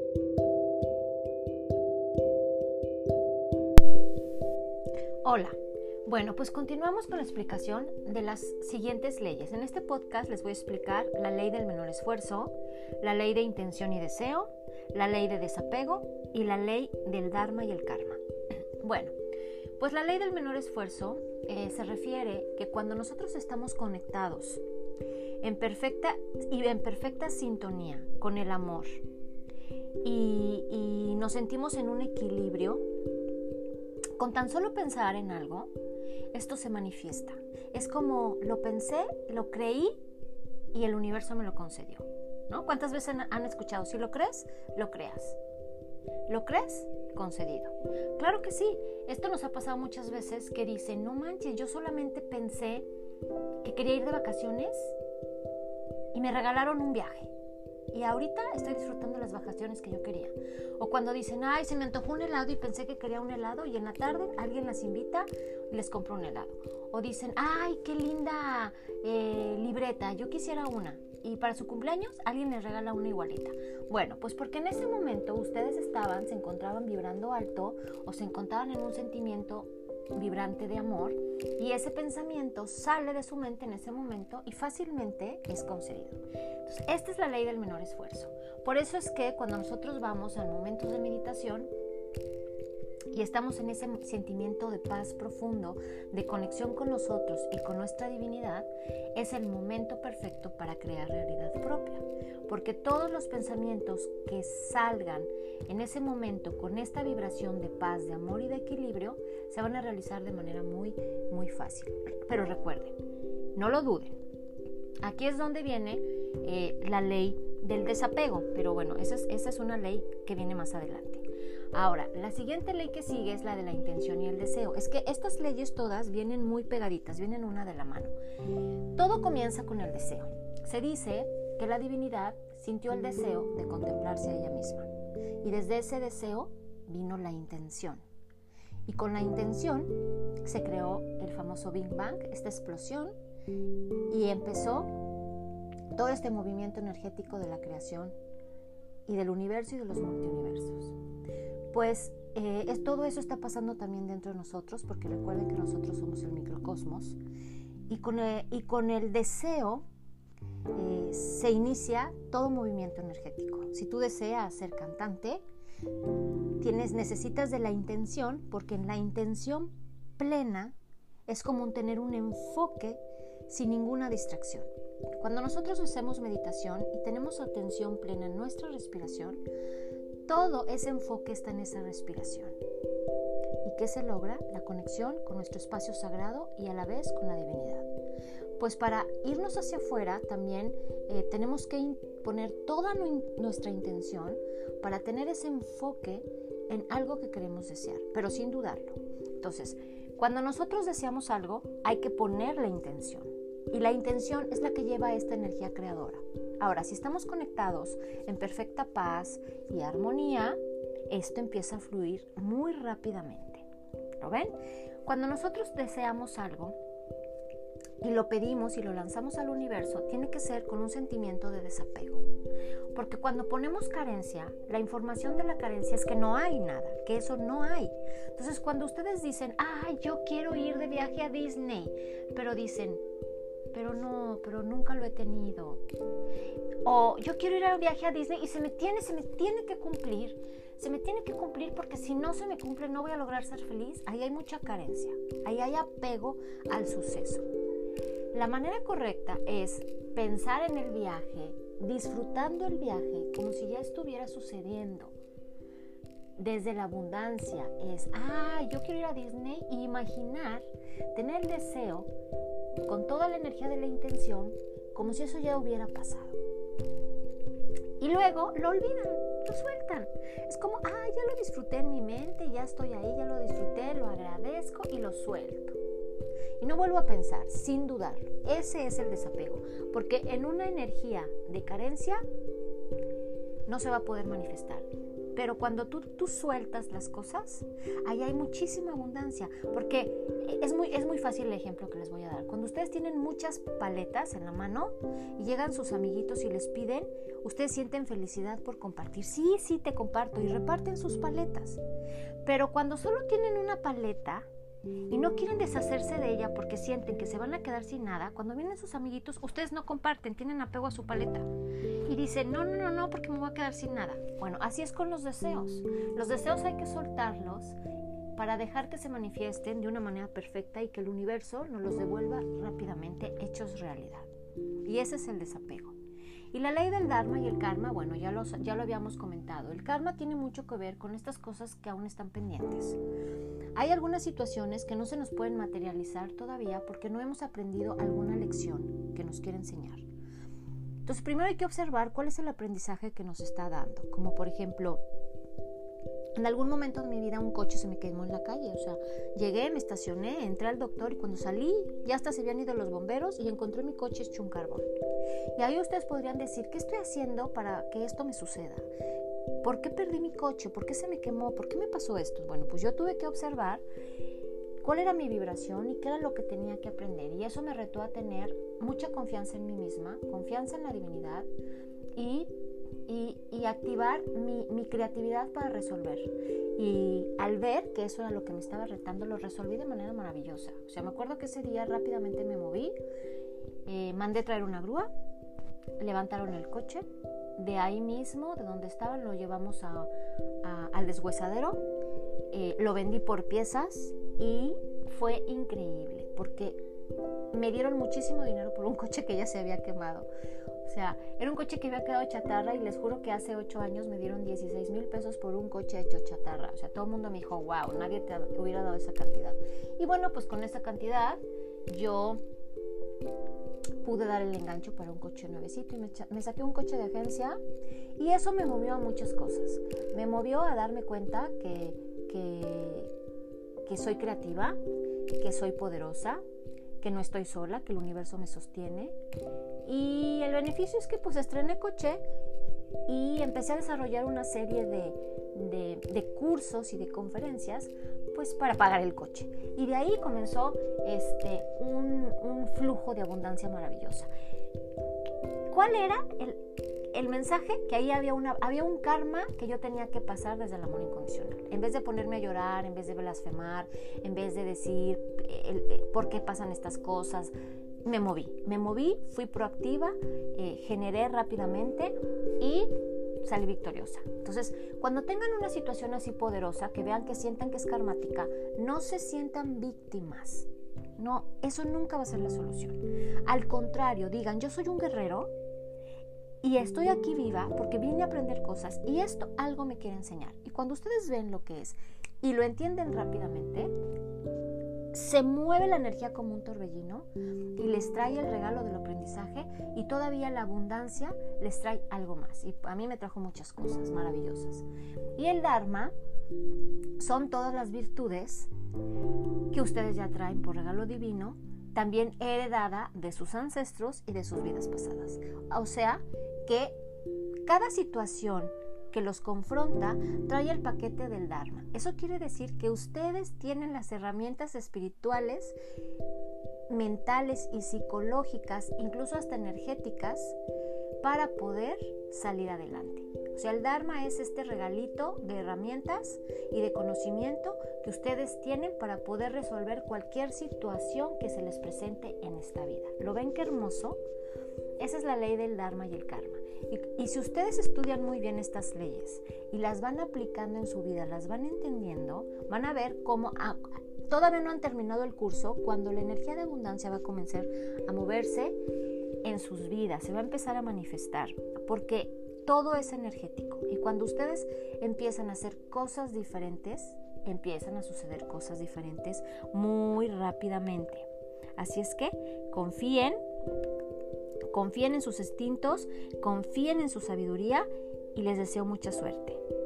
Hola, bueno, pues continuamos con la explicación de las siguientes leyes. En este podcast les voy a explicar la ley del menor esfuerzo, la ley de intención y deseo, la ley de desapego y la ley del dharma y el karma. Bueno, pues la ley del menor esfuerzo se refiere que cuando nosotros estamos conectados en perfecta sintonía con el amor y nos sentimos en un equilibrio, con tan solo pensar en algo, esto se manifiesta. Es como lo pensé, lo creí y el universo me lo concedió, ¿no? ¿Cuántas veces han escuchado? Si lo crees, lo creas. ¿Lo crees? Concedido. Claro que sí. Esto nos ha pasado muchas veces que dicen, no manches, yo solamente pensé que quería ir de vacaciones y me regalaron un viaje. Y ahorita estoy disfrutando las vacaciones que yo quería. O cuando dicen, ay, se me antojó un helado y pensé que quería un helado y en la tarde alguien las invita y les compra un helado. O dicen, ay, qué linda libreta, yo quisiera una. Y para su cumpleaños alguien les regala una igualita. Bueno, pues porque en ese momento ustedes se encontraban vibrando alto o se encontraban en un sentimiento vibrante de amor y ese pensamiento sale de su mente en ese momento y fácilmente es concedido. Entonces, esta es la ley del menor esfuerzo. Por eso es que cuando nosotros vamos a momentos de meditación y estamos en ese sentimiento de paz profundo, de conexión con nosotros y con nuestra divinidad, es el momento perfecto para crear realidad propia. Porque todos los pensamientos que salgan en ese momento con esta vibración de paz, de amor y de equilibrio, se van a realizar de manera muy, muy fácil. Pero recuerden, no lo duden. Aquí es donde viene la ley del desapego. Pero bueno, esa es una ley que viene más adelante. Ahora, la siguiente ley que sigue es la de la intención y el deseo. Es que estas leyes todas vienen muy pegaditas, vienen una de la mano. Todo comienza con el deseo. Se dice que la divinidad sintió el deseo de contemplarse a ella misma. Y desde ese deseo vino la intención. Y con la intención se creó el famoso Big Bang, esta explosión, y empezó todo este movimiento energético de la creación y del universo y de los multiuniversos. Pues todo eso está pasando también dentro de nosotros, porque recuerden que nosotros somos el microcosmos, y con el deseo se inicia todo movimiento energético. Si tú deseas ser cantante, necesitas de la intención, porque en la intención plena es como tener un enfoque sin ninguna distracción. Cuando nosotros hacemos meditación y tenemos atención plena en nuestra respiración, todo ese enfoque está en esa respiración. ¿Y qué se logra? La conexión con nuestro espacio sagrado y a la vez con la divinidad. Pues para irnos hacia afuera también tenemos que poner toda nuestra intención para tener ese enfoque en algo que queremos desear, pero sin dudarlo. Entonces, cuando nosotros deseamos algo, hay que poner la intención. Y la intención es la que lleva esta energía creadora. Ahora, si estamos conectados en perfecta paz y armonía, esto empieza a fluir muy rápidamente. ¿Lo ven? Cuando nosotros deseamos algo y lo pedimos y lo lanzamos al universo, tiene que ser con un sentimiento de desapego. Porque cuando ponemos carencia, la información de la carencia es que no hay nada, que eso no hay. Entonces, cuando ustedes dicen, yo quiero ir de viaje a Disney, pero dicen, pero nunca lo he tenido. O yo quiero ir a viaje a Disney y se me tiene que cumplir. Se me tiene que cumplir porque si no se me cumple no voy a lograr ser feliz. Ahí hay mucha carencia. Ahí hay apego al suceso. La manera correcta es pensar en el viaje, disfrutando el viaje como si ya estuviera sucediendo. Desde la abundancia es, yo quiero ir a Disney y imaginar, tener el deseo con toda la energía de la intención como si eso ya hubiera pasado. Y luego lo olvidan, lo sueltan. Es como, ya lo disfruté en mi mente, ya estoy ahí, ya lo disfruté, lo agradezco y lo suelto. Y no vuelvo a pensar, sin dudarlo. Ese es el desapego, porque en una energía de carencia no se va a poder manifestar. pero cuando tú sueltas las cosas, ahí hay muchísima abundancia, porque es muy fácil el ejemplo que les voy a dar. Cuando ustedes tienen muchas paletas en la mano y llegan sus amiguitos y les piden, ustedes sienten felicidad por compartir. Sí, te comparto, y reparten sus paletas. Pero cuando solo tienen una paleta y no quieren deshacerse de ella porque sienten que se van a quedar sin nada, cuando vienen sus amiguitos, ustedes no comparten, tienen apego a su paleta y dicen, no, porque me voy a quedar sin nada. Bueno, así es con los deseos. Los deseos hay que soltarlos para dejar que se manifiesten de una manera perfecta y que el universo nos los devuelva rápidamente hechos realidad. Y ese es el desapego. Y la ley del Dharma y el karma, bueno, ya lo habíamos comentado. El karma tiene mucho que ver con estas cosas que aún están pendientes. Hay algunas situaciones que no se nos pueden materializar todavía porque no hemos aprendido alguna lección que nos quiere enseñar. Entonces, primero hay que observar cuál es el aprendizaje que nos está dando. Como por ejemplo, en algún momento de mi vida un coche se me quemó en la calle. O sea, llegué, me estacioné, entré al doctor y cuando salí ya hasta se habían ido los bomberos y encontré mi coche hecho un carbón. Y ahí ustedes podrían decir, ¿qué estoy haciendo para que esto me suceda? ¿Por qué perdí mi coche? ¿Por qué se me quemó? ¿Por qué me pasó esto? Bueno, pues yo tuve que observar cuál era mi vibración y qué era lo que tenía que aprender. Y eso me retó a tener mucha confianza en mí misma, confianza en la divinidad y activar mi creatividad para resolver. Y al ver que eso era lo que me estaba retando, lo resolví de manera maravillosa. O sea, me acuerdo que ese día rápidamente me moví, mandé traer una grúa, levantaron el coche, de ahí mismo, de donde estaban, lo llevamos al deshuesadero, lo vendí por piezas y fue increíble porque me dieron muchísimo dinero por un coche que ya se había quemado. O sea, era un coche que había quedado chatarra y les juro que hace 8 años me dieron 16,000 pesos por un coche hecho chatarra. O sea, todo el mundo me dijo, wow, nadie te hubiera dado esa cantidad. Y bueno, pues con esa cantidad yo pude dar el engancho para un coche nuevecito y me saqué un coche de agencia y eso me movió a muchas cosas. Me movió a darme cuenta que soy creativa, que soy poderosa, que no estoy sola, que el universo me sostiene. Y el beneficio es que pues estrené coche y empecé a desarrollar una serie de cursos y de conferencias pues para pagar el coche. Y de ahí comenzó un flujo de abundancia maravillosa. ¿Cuál era el mensaje? Que ahí había un karma que yo tenía que pasar desde el amor incondicional. En vez de ponerme a llorar, en vez de blasfemar, en vez de decir por qué pasan estas cosas, me moví, fui proactiva, generé rápidamente y salí victoriosa. Entonces, cuando tengan una situación así poderosa, que vean, que sientan que es karmática, no se sientan víctimas. No, eso nunca va a ser la solución. Al contrario, digan, yo soy un guerrero y estoy aquí viva porque vine a aprender cosas y esto algo me quiere enseñar. Y cuando ustedes ven lo que es y lo entienden rápidamente, se mueve la energía como un torbellino y les trae el regalo del aprendizaje y todavía la abundancia les trae algo más. Y a mí me trajo muchas cosas maravillosas. Y el Dharma son todas las virtudes que ustedes ya traen por regalo divino, también heredada de sus ancestros y de sus vidas pasadas. O sea que cada situación que los confronta trae el paquete del Dharma. Eso quiere decir que ustedes tienen las herramientas espirituales, mentales y psicológicas, incluso hasta energéticas, para poder salir adelante. O sea, el Dharma es este regalito de herramientas y de conocimiento que ustedes tienen para poder resolver cualquier situación que se les presente en esta vida. ¿Lo ven qué hermoso? Esa es la ley del Dharma y el karma. Y si ustedes estudian muy bien estas leyes y las van aplicando en su vida, las van entendiendo, van a ver cómo todavía no han terminado el curso, cuando la energía de abundancia va a comenzar a moverse en sus vidas, se va a empezar a manifestar, porque todo es energético. Y cuando ustedes empiezan a hacer cosas diferentes, empiezan a suceder cosas diferentes muy rápidamente. Así es que confíen en sus instintos, confíen en su sabiduría y les deseo mucha suerte.